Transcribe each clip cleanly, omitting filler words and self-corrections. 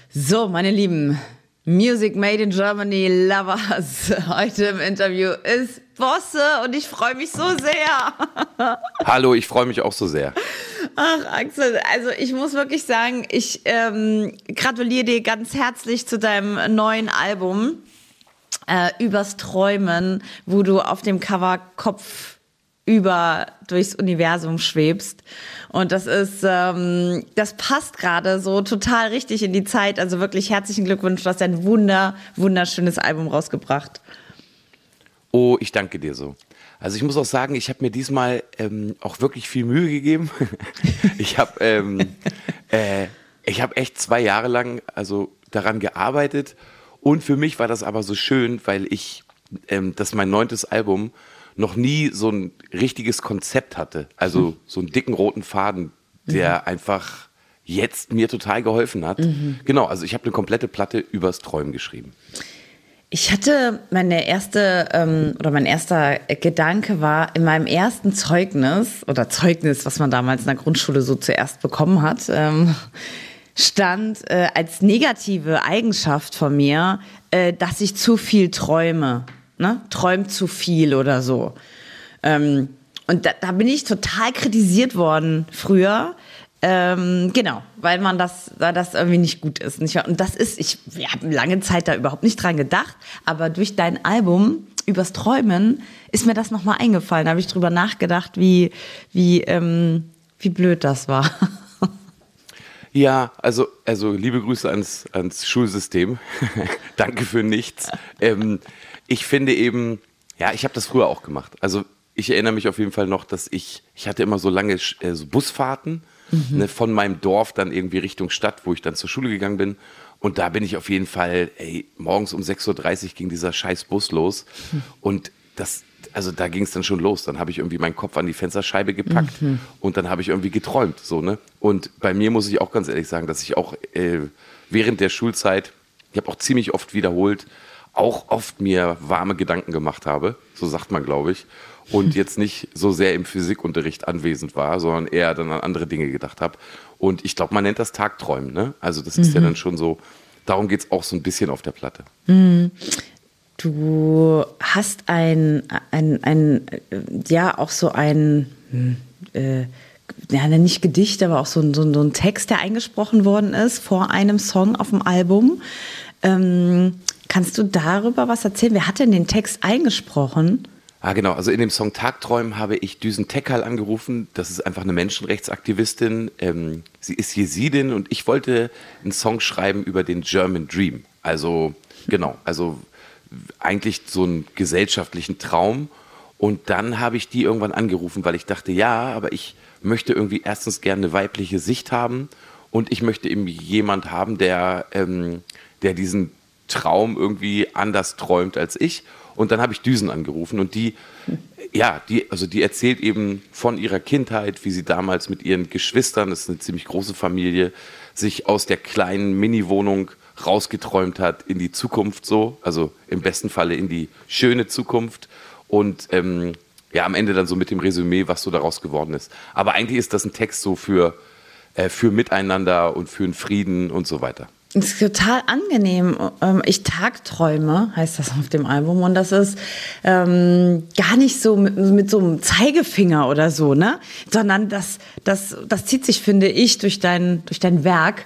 So, meine Lieben, Music Made in Germany Lovers. Heute im Interview ist Bosse und ich freue mich so sehr. Hallo, ich freue mich auch so sehr. Ach, Axel, also ich muss wirklich sagen, ich gratuliere dir ganz herzlich zu deinem neuen Album Übers Träumen, wo du auf dem Cover Kopf über durchs Universum schwebst. Und das ist, das passt gerade so total richtig in die Zeit. Also wirklich herzlichen Glückwunsch, du hast ein wunderschönes Album rausgebracht. Oh, ich danke dir so. Also ich muss auch sagen, ich habe mir diesmal auch wirklich viel Mühe gegeben. Ich habe echt 2 Jahre lang also daran gearbeitet. Und für mich war das aber so schön, weil das mein 9. Album noch nie so ein richtiges Konzept hatte. Also so einen dicken roten Faden, der einfach jetzt mir total geholfen hat. Genau, also ich habe eine komplette Platte übers Träumen geschrieben. Ich hatte mein erster Gedanke war, in meinem ersten Zeugnis, was man damals in der Grundschule so zuerst bekommen hat, stand als negative Eigenschaft von mir, dass ich zu viel träume. Ne? Träumt zu viel oder so. Und da bin ich total kritisiert worden früher. Genau, weil das irgendwie nicht gut ist. Und wir haben lange Zeit da überhaupt nicht dran gedacht, aber durch dein Album Übers Träumen ist mir das nochmal eingefallen. Da habe ich drüber nachgedacht, wie blöd das war. Ja, also liebe Grüße ans Schulsystem. Danke für nichts. Ich finde eben, ja, ich habe das früher auch gemacht. Also ich erinnere mich auf jeden Fall noch, dass ich hatte immer so lange so Busfahrten von meinem Dorf dann irgendwie Richtung Stadt, wo ich dann zur Schule gegangen bin. Und da bin ich auf jeden Fall, morgens um 6:30 Uhr ging dieser scheiß Bus los. Und da ging es dann schon los. Dann habe ich irgendwie meinen Kopf an die Fensterscheibe gepackt und dann habe ich irgendwie geträumt. So, ne? Und bei mir muss ich auch ganz ehrlich sagen, dass ich auch während der Schulzeit, ich habe auch ziemlich oft wiederholt, auch oft mir warme Gedanken gemacht habe, so sagt man, glaube ich, und jetzt nicht so sehr im Physikunterricht anwesend war, sondern eher dann an andere Dinge gedacht habe. Und ich glaube, man nennt das Tagträumen, ne? Also das ist ja dann schon so, darum geht es auch so ein bisschen auf der Platte. Du hast nicht Gedicht, aber auch so ein Text, der eingesprochen worden ist vor einem Song auf dem Album. Kannst du darüber was erzählen? Wer hat denn den Text eingesprochen? Ah, genau. Also in dem Song Tagträumen habe ich Düsen Tekal angerufen. Das ist einfach eine Menschenrechtsaktivistin. Sie ist Jesidin und ich wollte einen Song schreiben über den German Dream. Also, genau. Also eigentlich so einen gesellschaftlichen Traum. Und dann habe ich die irgendwann angerufen, weil ich dachte, ja, aber ich möchte irgendwie erstens gerne eine weibliche Sicht haben und ich möchte eben jemand haben, der diesen Traum irgendwie anders träumt als ich. Und dann habe ich Düsen angerufen und die erzählt eben von ihrer Kindheit, wie sie damals mit ihren Geschwistern, das ist eine ziemlich große Familie, sich aus der kleinen Mini-Wohnung rausgeträumt hat in die Zukunft so, also im besten Falle in die schöne Zukunft und am Ende dann so mit dem Resümee, was so daraus geworden ist. Aber eigentlich ist das ein Text so für Miteinander und für den Frieden und so weiter. Das ist total angenehm. Ich tagträume, heißt das auf dem Album. Und das ist gar nicht so mit so einem Zeigefinger oder so, ne? Sondern das zieht sich, finde ich, durch dein Werk,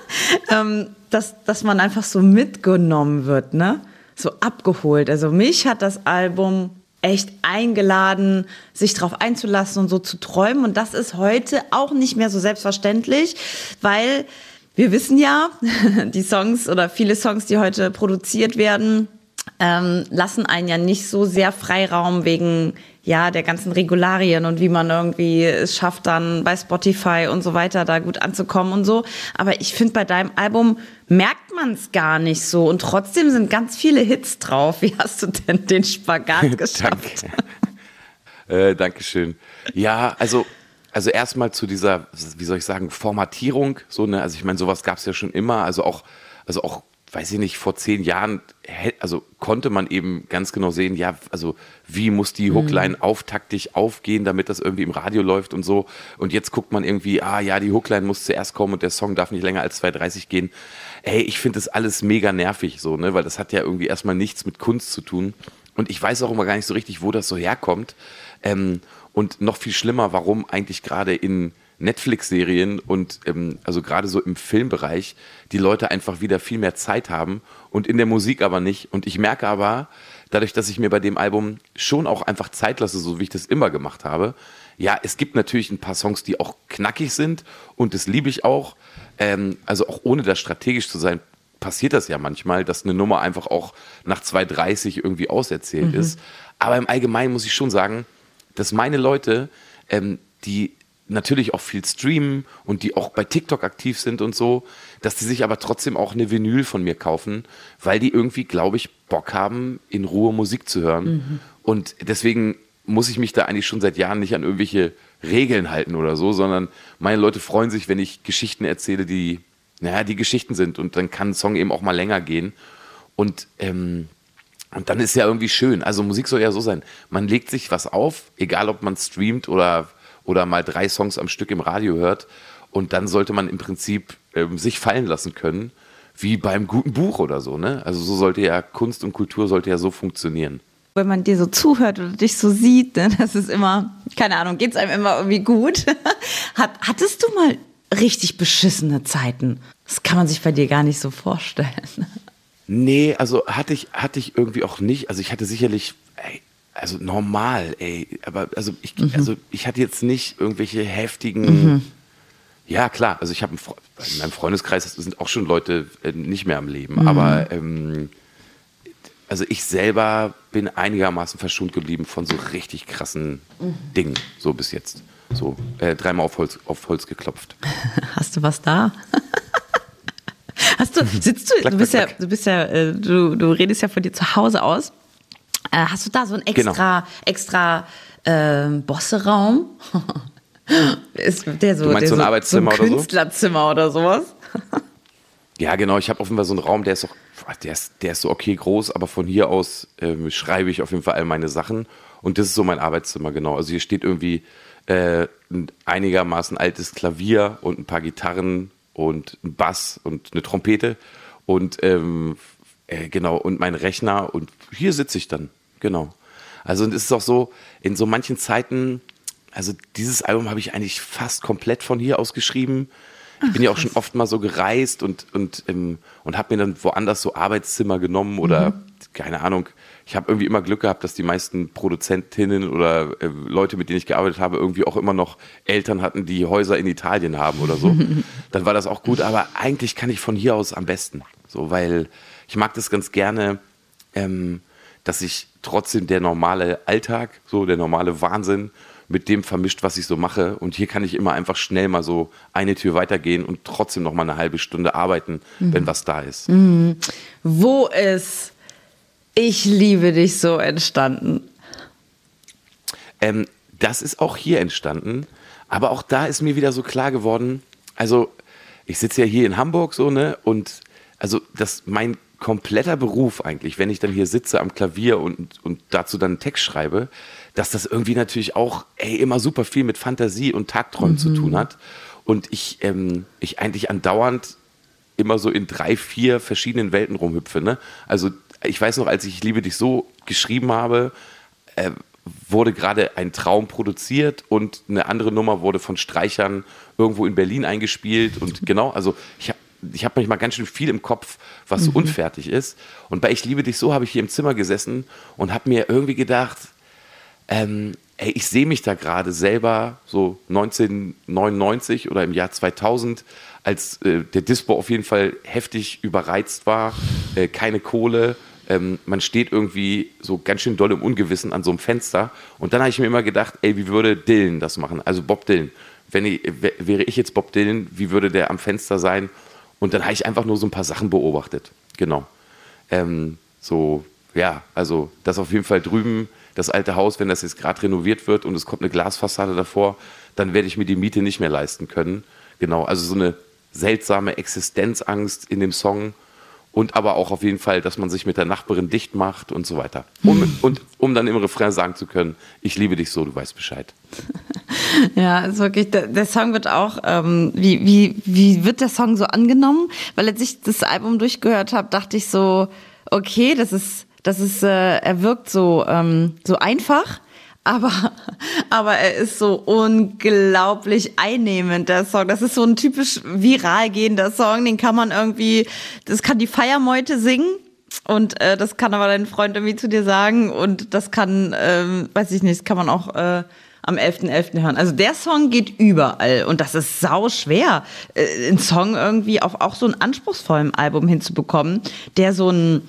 dass man einfach so mitgenommen wird, ne? So abgeholt. Also mich hat das Album echt eingeladen, sich darauf einzulassen und so zu träumen. Und das ist heute auch nicht mehr so selbstverständlich, weil wir wissen ja, die Songs oder viele Songs, die heute produziert werden, lassen einen ja nicht so sehr Freiraum wegen der ganzen Regularien und wie man irgendwie es schafft, dann bei Spotify und so weiter da gut anzukommen und so. Aber ich finde, bei deinem Album merkt man es gar nicht so und trotzdem sind ganz viele Hits drauf. Wie hast du denn den Spagat geschafft? Dankeschön. Ja, also erstmal zu dieser, wie soll ich sagen, Formatierung, so, ne? Also ich meine, sowas gab es ja schon immer, also auch weiß ich nicht, vor 10 Jahren, also konnte man eben ganz genau sehen, ja, also wie muss die Hookline auftaktig aufgehen, damit das irgendwie im Radio läuft und so. Und jetzt guckt man irgendwie, ja, die Hookline muss zuerst kommen und der Song darf nicht länger als 2,30 gehen. Ey, ich finde das alles mega nervig so, ne, weil das hat ja irgendwie erstmal nichts mit Kunst zu tun. Und ich weiß auch immer gar nicht so richtig, wo das so herkommt. Und noch viel schlimmer, warum eigentlich gerade in Netflix-Serien und also gerade so im Filmbereich die Leute einfach wieder viel mehr Zeit haben und in der Musik aber nicht. Und ich merke aber, dadurch, dass ich mir bei dem Album schon auch einfach Zeit lasse, so wie ich das immer gemacht habe, ja, es gibt natürlich ein paar Songs, die auch knackig sind und das liebe ich auch. Also auch ohne das strategisch zu sein, passiert das ja manchmal, dass eine Nummer einfach auch nach 2,30 irgendwie auserzählt ist. Aber im Allgemeinen muss ich schon sagen, dass meine Leute, die natürlich auch viel streamen und die auch bei TikTok aktiv sind und so, dass die sich aber trotzdem auch eine Vinyl von mir kaufen, weil die irgendwie, glaube ich, Bock haben, in Ruhe Musik zu hören. Und deswegen muss ich mich da eigentlich schon seit Jahren nicht an irgendwelche Regeln halten oder so, sondern meine Leute freuen sich, wenn ich Geschichten erzähle, die Geschichten sind, und dann kann ein Song eben auch mal länger gehen. Und dann ist ja irgendwie schön. Also Musik soll ja so sein. Man legt sich was auf, egal ob man streamt oder mal 3 Songs am Stück im Radio hört. Und dann sollte man im Prinzip sich fallen lassen können, wie beim guten Buch oder so. Ne? Also so sollte ja Kunst und Kultur sollte ja so funktionieren. Wenn man dir so zuhört oder dich so sieht, ne, das ist immer, keine Ahnung, geht es einem immer irgendwie gut. Hattest du mal richtig beschissene Zeiten? Das kann man sich bei dir gar nicht so vorstellen. Nee, also hatte ich irgendwie auch nicht. Also ich hatte sicherlich, also normal, aber also ich hatte jetzt nicht irgendwelche heftigen, ja klar, also ich habe in meinem Freundeskreis sind auch schon Leute nicht mehr am Leben, aber also ich selber bin einigermaßen verschont geblieben von so richtig krassen Dingen, so bis jetzt. So, 3-mal auf Holz geklopft. Hast du was da? Du redest ja von dir zu Hause aus. Hast du da so einen extra Bosseraum? Ist der so, du meinst so ein Arbeitszimmer so ein Künstlerzimmer oder sowas? Ja, genau. Ich habe auf jeden Fall so einen Raum, der ist so okay groß, aber von hier aus schreibe ich auf jeden Fall all meine Sachen. Und das ist so mein Arbeitszimmer, genau. Also hier steht irgendwie ein einigermaßen altes Klavier und ein paar Gitarren und ein Bass und eine Trompete und genau, und mein Rechner, und hier sitze ich dann, genau. Also und es ist auch so, in so manchen Zeiten, also dieses Album habe ich eigentlich fast komplett von hier aus geschrieben. Ich bin ja auch schon oft mal so gereist und habe mir dann woanders so Arbeitszimmer genommen oder keine Ahnung. Ich habe irgendwie immer Glück gehabt, dass die meisten Produzentinnen oder Leute, mit denen ich gearbeitet habe, irgendwie auch immer noch Eltern hatten, die Häuser in Italien haben oder so. Dann war das auch gut, aber eigentlich kann ich von hier aus am besten. So, weil ich mag das ganz gerne, dass sich trotzdem der normale Alltag, so der normale Wahnsinn mit dem vermischt, was ich so mache. Und hier kann ich immer einfach schnell mal so eine Tür weitergehen und trotzdem noch mal eine halbe Stunde arbeiten, wenn was da ist. Wo ist Ich liebe dich so entstanden? Das ist auch hier entstanden, aber auch da ist mir wieder so klar geworden, also ich sitze ja hier in Hamburg so, ne, und also mein kompletter Beruf eigentlich, wenn ich dann hier sitze am Klavier und dazu dann einen Text schreibe, dass das irgendwie natürlich auch immer super viel mit Fantasie und Tagträumen zu tun hat und ich eigentlich andauernd immer so in 3, 4 verschiedenen Welten rumhüpfe, ne, also ich weiß noch, als ich liebe dich so geschrieben habe, wurde gerade ein Traum produziert und eine andere Nummer wurde von Streichern irgendwo in Berlin eingespielt und genau, also ich hab manchmal ganz schön viel im Kopf, was so unfertig ist, und bei Ich liebe dich so habe ich hier im Zimmer gesessen und habe mir irgendwie gedacht, ich sehe mich da gerade selber so 1999 oder im Jahr 2000, als der Dispo auf jeden Fall heftig überreizt war, keine Kohle, man steht irgendwie so ganz schön doll im Ungewissen an so einem Fenster, und dann habe ich mir immer gedacht, wie würde Dylan das machen, also Bob Dylan, wäre ich jetzt Bob Dylan, wie würde der am Fenster sein, und dann habe ich einfach nur so ein paar Sachen beobachtet, genau, so, ja, also das auf jeden Fall drüben, das alte Haus, wenn das jetzt gerade renoviert wird und es kommt eine Glasfassade davor, dann werde ich mir die Miete nicht mehr leisten können. Genau, also so eine seltsame Existenzangst in dem Song. und aber auch auf jeden Fall, dass man sich mit der Nachbarin dicht macht und so weiter. Um dann im Refrain sagen zu können, ich liebe dich so, du weißt Bescheid. Ja, ist wirklich, der Song wird auch, wie wird der Song so angenommen? Weil als ich das Album durchgehört habe, dachte ich so, okay, er wirkt so einfach. Aber er ist so unglaublich einnehmend, der Song. Das ist so ein typisch viral gehender Song, das kann die Feiermeute singen und das kann aber dein Freund irgendwie zu dir sagen und das kann, weiß ich nicht, das kann man auch am 11.11. hören. Also der Song geht überall und das ist sau schwer, einen Song irgendwie auf auch so ein anspruchsvollen Album hinzubekommen, der so ein,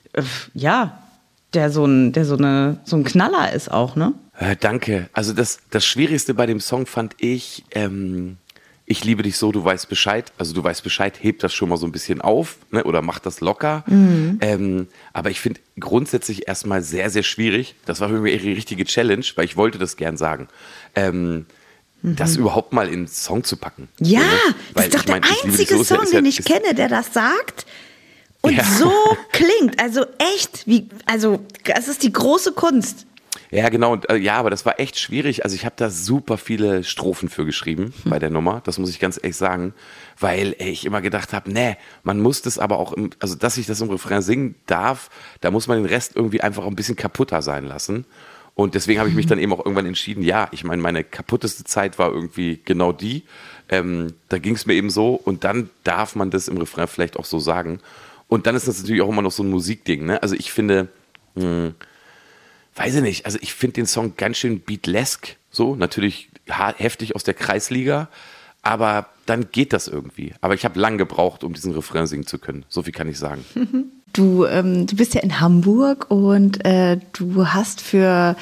der so ein Knaller ist auch, ne? Danke. Also das Schwierigste bei dem Song fand ich, ich liebe dich so, du weißt Bescheid. Also du weißt Bescheid, hebt das schon mal so ein bisschen auf, ne, oder macht das locker. Aber ich finde grundsätzlich erstmal sehr, sehr schwierig. Das war für mich ihre richtige Challenge, weil ich wollte das gern sagen. Das überhaupt mal in einen Song zu packen. Ja, so, ne? das ist doch der einzige Song, den ich kenne, der das sagt. Und so klingt, also echt, das ist die große Kunst. Ja, genau. Und, aber das war echt schwierig. Also ich habe da super viele Strophen für geschrieben bei der Nummer. Das muss ich ganz ehrlich sagen, weil ich immer gedacht habe, man muss das aber auch, dass ich das im Refrain singen darf, da muss man den Rest irgendwie einfach ein bisschen kaputter sein lassen. Und deswegen habe ich mich dann eben auch irgendwann entschieden, ich meine, meine kaputteste Zeit war irgendwie genau die. Da ging es mir eben so und dann darf man das im Refrain vielleicht auch so sagen. Und dann ist das natürlich auch immer noch so ein Musikding, ne? Also ich finde, weiß ich nicht, also ich finde den Song ganz schön beatlesk, so, natürlich heftig aus der Kreisliga, aber dann geht das irgendwie. Aber ich habe lang gebraucht, um diesen Refrain singen zu können, so viel kann ich sagen. Du bist ja in Hamburg und du hast für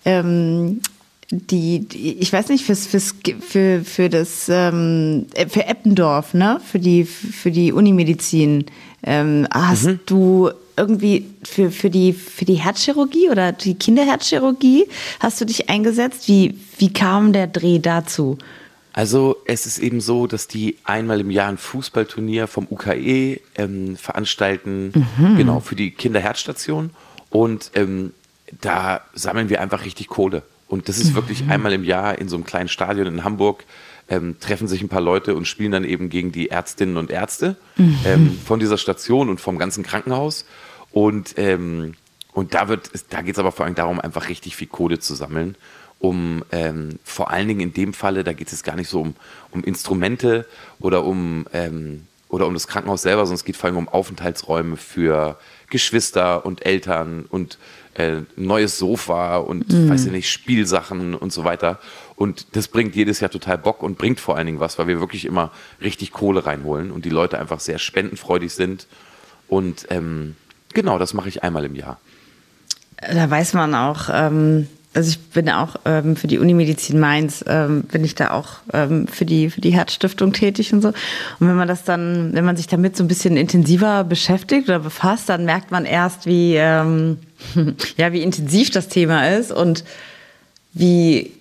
ich weiß nicht, für Eppendorf, ne, für die Unimedizin, hast du irgendwie für die Herzchirurgie oder die Kinderherzchirurgie hast du dich eingesetzt? Wie kam der Dreh dazu? Also es ist eben so, dass die einmal im Jahr ein Fußballturnier vom UKE veranstalten, genau, für die Kinderherzstation und da sammeln wir einfach richtig Kohle. Und das ist wirklich einmal im Jahr in so einem kleinen Stadion in Hamburg, treffen sich ein paar Leute und spielen dann eben gegen die Ärztinnen und Ärzte von dieser Station und vom ganzen Krankenhaus. Und da geht es aber vor allem darum, einfach richtig viel Kohle zu sammeln, um vor allen Dingen in dem Falle, da geht es jetzt gar nicht so um Instrumente oder um das Krankenhaus selber, sondern es geht vor allem um Aufenthaltsräume für Geschwister und Eltern und neues Sofa und weiß ich nicht, Spielsachen und so weiter. Und das bringt jedes Jahr total Bock und bringt vor allen Dingen was, weil wir wirklich immer richtig Kohle reinholen und die Leute einfach sehr spendenfreudig sind. Und genau, das mache ich einmal im Jahr. Da weiß man auch, also ich bin auch für die Unimedizin Mainz, bin ich da auch für die Herzstiftung tätig und so. Und wenn man sich damit so ein bisschen intensiver beschäftigt oder befasst, dann merkt man erst, wie intensiv das Thema ist und wie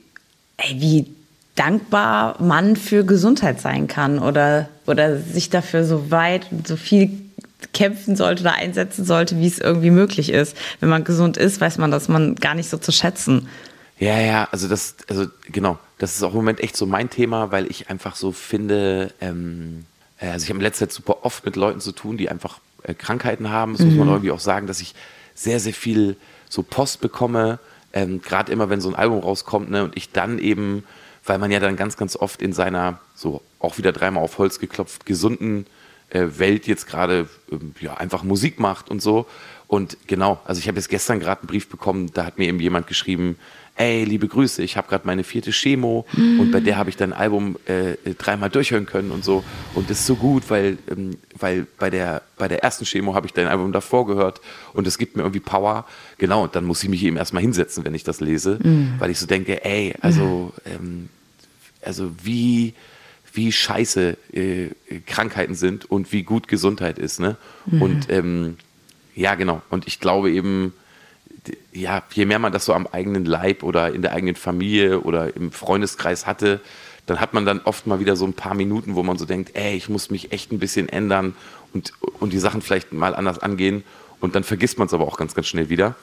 dankbar man für Gesundheit sein kann oder sich dafür so weit und so viel kämpfen sollte oder einsetzen sollte, wie es irgendwie möglich ist. Wenn man gesund ist, weiß man das man gar nicht so zu schätzen. Ja, also genau, das ist auch im Moment echt so mein Thema, weil ich einfach so finde, also ich habe in letzter Zeit super oft mit Leuten zu tun, die einfach Krankheiten haben. Das muss man irgendwie auch sagen, dass ich sehr, sehr viel so Post bekomme, gerade immer, wenn so ein Album rauskommt, ne, und ich dann eben, weil man ja dann ganz, ganz oft in seiner, so auch wieder dreimal auf Holz geklopft, gesunden Welt jetzt gerade einfach Musik macht und so. Und genau, also ich habe jetzt gestern gerade einen Brief bekommen, da hat mir eben jemand geschrieben, ey, liebe Grüße, ich habe gerade meine 4. Chemo und bei der habe ich dein Album 3-mal durchhören können und so. Und das ist so gut, weil bei der ersten Chemo habe ich dein Album davor gehört und es gibt mir irgendwie Power. Genau, und dann muss ich mich eben erstmal hinsetzen, wenn ich das lese, weil ich so denke, ey, also wie scheiße Krankheiten sind und wie gut Gesundheit ist, ne? Und ja, genau. Und ich glaube eben, je mehr man das so am eigenen Leib oder in der eigenen Familie oder im Freundeskreis hatte, dann hat man dann oft mal wieder so ein paar Minuten, wo man so denkt, ey, ich muss mich echt ein bisschen ändern und die Sachen vielleicht mal anders angehen. Und dann vergisst man es aber auch ganz, ganz schnell wieder.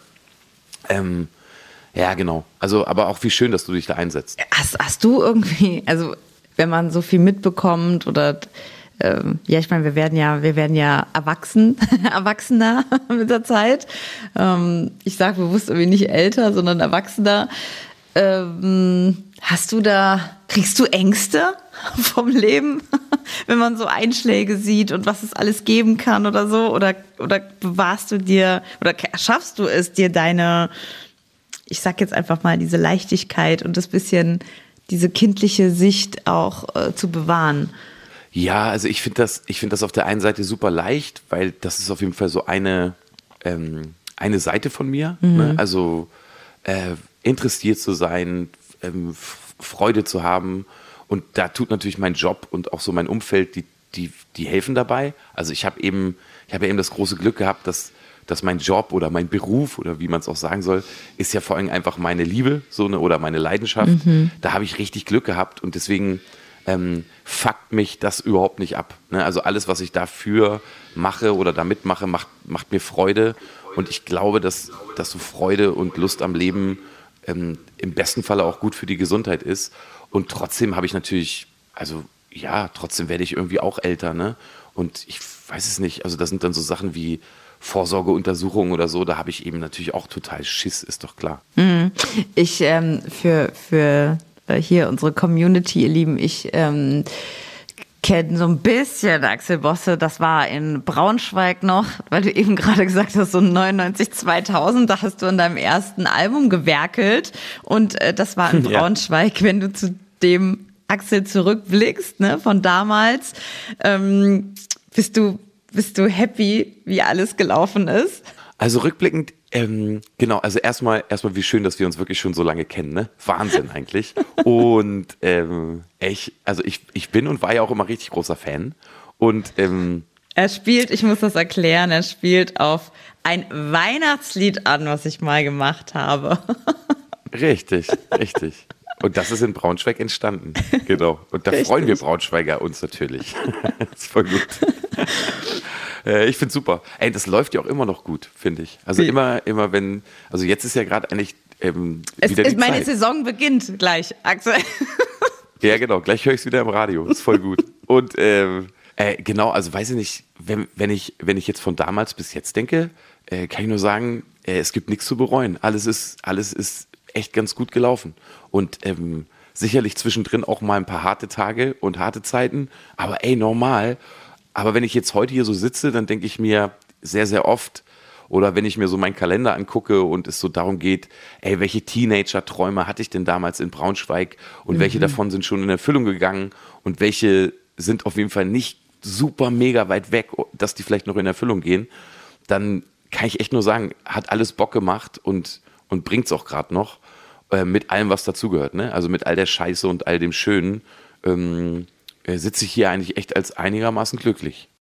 Ja, genau. Also, aber auch wie schön, dass du dich da einsetzt. Hast du irgendwie, also wenn man so viel mitbekommt oder ja, ich meine, wir werden ja erwachsener mit der Zeit. Ich sage bewusst irgendwie nicht älter, sondern erwachsener. Kriegst du Ängste vom Leben, wenn man so Einschläge sieht und was es alles geben kann oder so? Oder bewahrst du dir oder schaffst du es dir deine, ich sag jetzt einfach mal, diese Leichtigkeit und diese kindliche Sicht auch zu bewahren? Ja, also ich finde das auf der einen Seite super leicht, weil das ist auf jeden Fall so eine Seite von mir. Ne? Also interessiert zu sein, Freude zu haben. Und da tut natürlich mein Job und auch so mein Umfeld, die helfen dabei. Also ich habe eben das große Glück gehabt, dass mein Job oder mein Beruf oder wie man es auch sagen soll, ist ja vor allem einfach meine Liebe oder meine Leidenschaft. Da habe ich richtig Glück gehabt und deswegen fuckt mich das überhaupt nicht ab. Ne? Also alles, was ich dafür mache oder damit mache, macht mir Freude. Und ich glaube, dass so Freude und Lust am Leben im besten Falle auch gut für die Gesundheit ist. Und trotzdem habe ich natürlich, also ja, trotzdem werde ich irgendwie auch älter. Ne? Und ich weiß es nicht, also das sind dann so Sachen wie Vorsorgeuntersuchungen oder so, da habe ich eben natürlich auch total Schiss, ist doch klar. Ich für hier unsere Community, ihr Lieben, ich kenne so ein bisschen Axel Bosse, das war in Braunschweig noch, weil du eben gerade gesagt hast, so 99, 2000, da hast du an deinem ersten Album gewerkelt und das war in Braunschweig, wenn du zu dem Axel zurückblickst, ne, von damals, bist du happy, wie alles gelaufen ist? Also rückblickend, genau, also erstmal wie schön, dass wir uns wirklich schon so lange kennen, ne? Wahnsinn eigentlich. Und ich bin und war ja auch immer richtig großer Fan. Und ich muss das erklären, er spielt auf ein Weihnachtslied an, was ich mal gemacht habe. Richtig. Und das ist in Braunschweig entstanden. Genau. Und da freuen wir Braunschweiger uns natürlich. Das ist voll gut. Ich finde super. Ey, das läuft ja auch immer noch gut, finde ich. Also immer wenn, also jetzt ist ja gerade eigentlich wieder die meine Zeit. Saison beginnt gleich, Axel. Ja, genau. Gleich höre ich es wieder im Radio. Das ist voll gut. Und genau, also weiß ich nicht, wenn ich jetzt von damals bis jetzt denke, kann ich nur sagen, es gibt nichts zu bereuen. Alles ist echt ganz gut gelaufen. Und sicherlich zwischendrin auch mal ein paar harte Tage und harte Zeiten, aber normal. Aber wenn ich jetzt heute hier so sitze, dann denke ich mir sehr, sehr oft, oder wenn ich mir so meinen Kalender angucke und es so darum geht, welche Teenager-Träume hatte ich denn damals in Braunschweig und welche davon sind schon in Erfüllung gegangen und welche sind auf jeden Fall nicht super mega weit weg, dass die vielleicht noch in Erfüllung gehen, dann kann ich echt nur sagen, hat alles Bock gemacht und bringt es auch gerade noch mit allem, was dazugehört. Ne? Also mit all der Scheiße und all dem Schönen sitze ich hier eigentlich echt als einigermaßen glücklich.